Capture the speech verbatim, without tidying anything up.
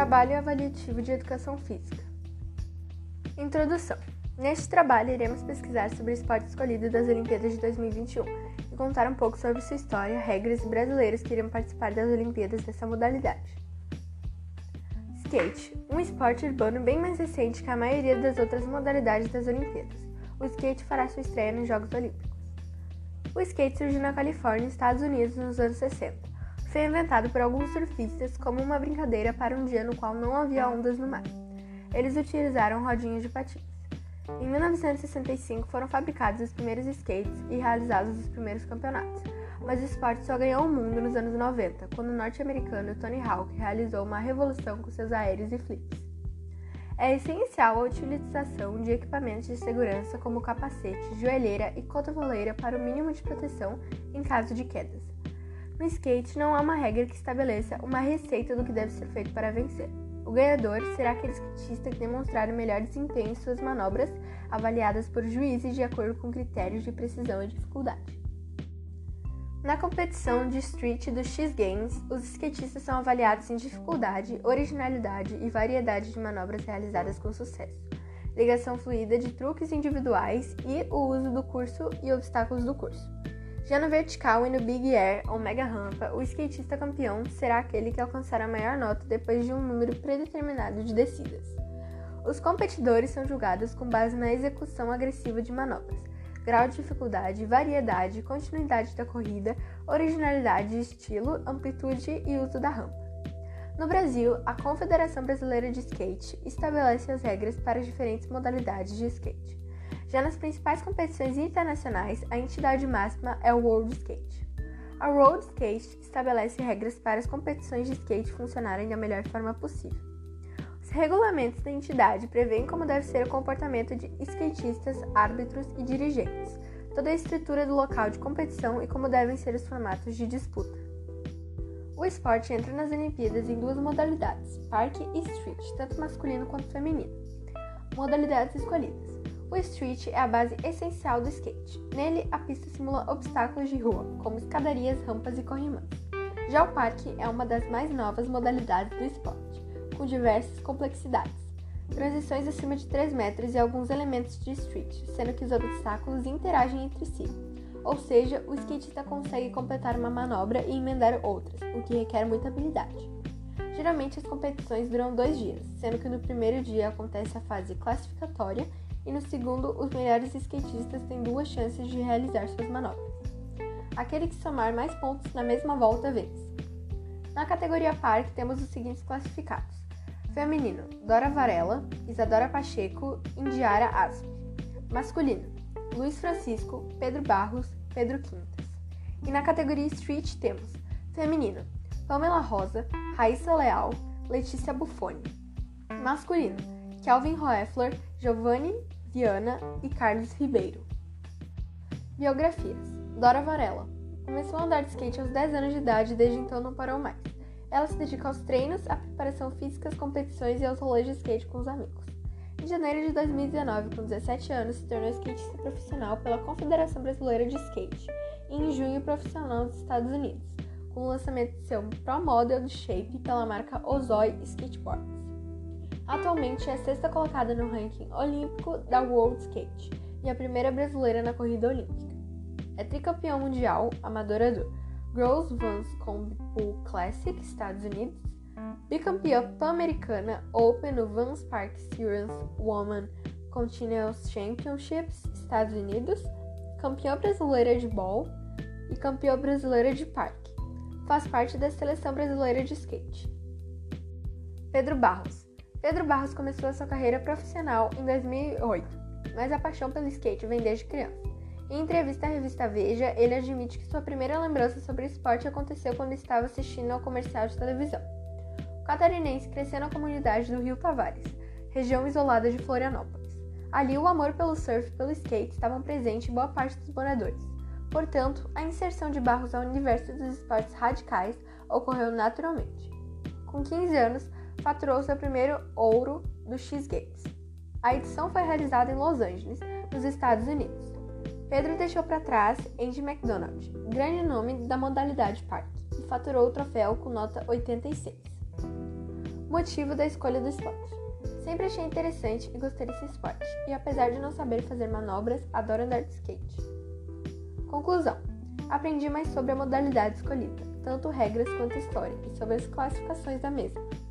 Trabalho avaliativo de educação física. Introdução. Neste trabalho, iremos pesquisar sobre o esporte escolhido das Olimpíadas de dois mil e vinte e um e contar um pouco sobre sua história, regras e brasileiros que iriam participar das Olimpíadas nessa modalidade. Skate, um esporte urbano bem mais recente que a maioria das outras modalidades das Olimpíadas. O skate fará sua estreia nos Jogos Olímpicos. O skate surgiu na Califórnia, Estados Unidos, nos anos sessenta. Foi inventado por alguns surfistas como uma brincadeira para um dia no qual não havia ondas no mar. Eles utilizaram rodinhas de patins. Em mil novecentos e sessenta e cinco foram fabricados os primeiros skates e realizados os primeiros campeonatos, mas o esporte só ganhou o mundo nos anos noventa, quando o norte-americano Tony Hawk realizou uma revolução com seus aéreos e flips. É essencial a utilização de equipamentos de segurança como capacete, joelheira e cotoveleira para o mínimo de proteção em caso de quedas. No skate, não há uma regra que estabeleça uma receita do que deve ser feito para vencer. O ganhador será aquele skatista que demonstrar o melhor desempenho em suas manobras, avaliadas por juízes de acordo com critérios de precisão e dificuldade. Na competição de street dos X-Games, os skatistas são avaliados em dificuldade, originalidade e variedade de manobras realizadas com sucesso, ligação fluida de truques individuais e o uso do curso e obstáculos do curso. Já no vertical e no Big Air ou Mega Rampa, o skatista campeão será aquele que alcançar a maior nota depois de um número predeterminado de descidas. Os competidores são julgados com base na execução agressiva de manobras, grau de dificuldade, variedade, continuidade da corrida, originalidade, estilo, amplitude e uso da rampa. No Brasil, a Confederação Brasileira de Skate estabelece as regras para as diferentes modalidades de skate. Já nas principais competições internacionais, a entidade máxima é o World Skate. A World Skate estabelece regras para as competições de skate funcionarem da melhor forma possível. Os regulamentos da entidade prevêem como deve ser o comportamento de skatistas, árbitros e dirigentes, toda a estrutura do local de competição e como devem ser os formatos de disputa. O esporte entra nas Olimpíadas em duas modalidades, parque e street, tanto masculino quanto feminino. Modalidades escolhidas. O street é a base essencial do skate. Nele, a pista simula obstáculos de rua, como escadarias, rampas e corrimãs. Já o parque é uma das mais novas modalidades do esporte, com diversas complexidades. Transições acima de três metros e alguns elementos de street, sendo que os obstáculos interagem entre si. Ou seja, o skatista consegue completar uma manobra e emendar outras, o que requer muita habilidade. Geralmente as competições duram dois dias, sendo que no primeiro dia acontece a fase classificatória e no segundo, os melhores skatistas têm duas chances de realizar suas manobras. Aquele que somar mais pontos na mesma volta vence. Na categoria Parque, temos os seguintes classificados. Feminino, Dora Varela, Isadora Pacheco, Indiara Asp. Masculino, Luiz Francisco, Pedro Barros, Pedro Quintas. E na categoria Street temos Feminino, Pamela Rosa, Raíssa Leal, Letícia Buffoni. Masculino, Kelvin Hoeffler, Giovanni Viana e Carlos Ribeiro. Biografias. Dora Varela. Começou a andar de skate aos dez anos de idade e desde então não parou mais. Ela se dedica aos treinos, à preparação física, às competições e aos rolês de skate com os amigos. Em janeiro de dois mil e dezenove, com dezessete anos, se tornou skatista profissional pela Confederação Brasileira de Skate e em junho profissional nos Estados Unidos, com o lançamento de seu Pro Model de Shape pela marca Ozoi Skateboards. Atualmente é a sexta colocada no ranking olímpico da World Skate e a primeira brasileira na corrida olímpica. É tricampeã mundial amadora do Girls Vans Combi Pool Classic, Estados Unidos, bicampeã pan-americana Open no Vans Park Series Women Continental Championships, Estados Unidos, campeã brasileira de ball e campeã brasileira de parque. Faz parte da seleção brasileira de skate. Pedro Barros. Pedro Barros começou a sua carreira profissional em dois mil e oito, mas a paixão pelo skate vem desde criança. Em entrevista à revista Veja, ele admite que sua primeira lembrança sobre o esporte aconteceu quando estava assistindo ao comercial de televisão. O catarinense cresceu na comunidade do Rio Tavares, região isolada de Florianópolis. Ali, o amor pelo surf e pelo skate estavam presentes em boa parte dos moradores. Portanto, a inserção de Barros ao universo dos esportes radicais ocorreu naturalmente. Com quinze anos, faturou seu primeiro ouro do X-Games. A edição foi realizada em Los Angeles, nos Estados Unidos. Pedro deixou para trás Andy McDonald, grande nome da modalidade parque, e faturou o troféu com nota oitenta e seis. Motivo da escolha do esporte. Sempre achei interessante e gostei desse esporte, e apesar de não saber fazer manobras, adoro andar de skate. Conclusão. Aprendi mais sobre a modalidade escolhida, tanto regras quanto história, e sobre as classificações da mesma.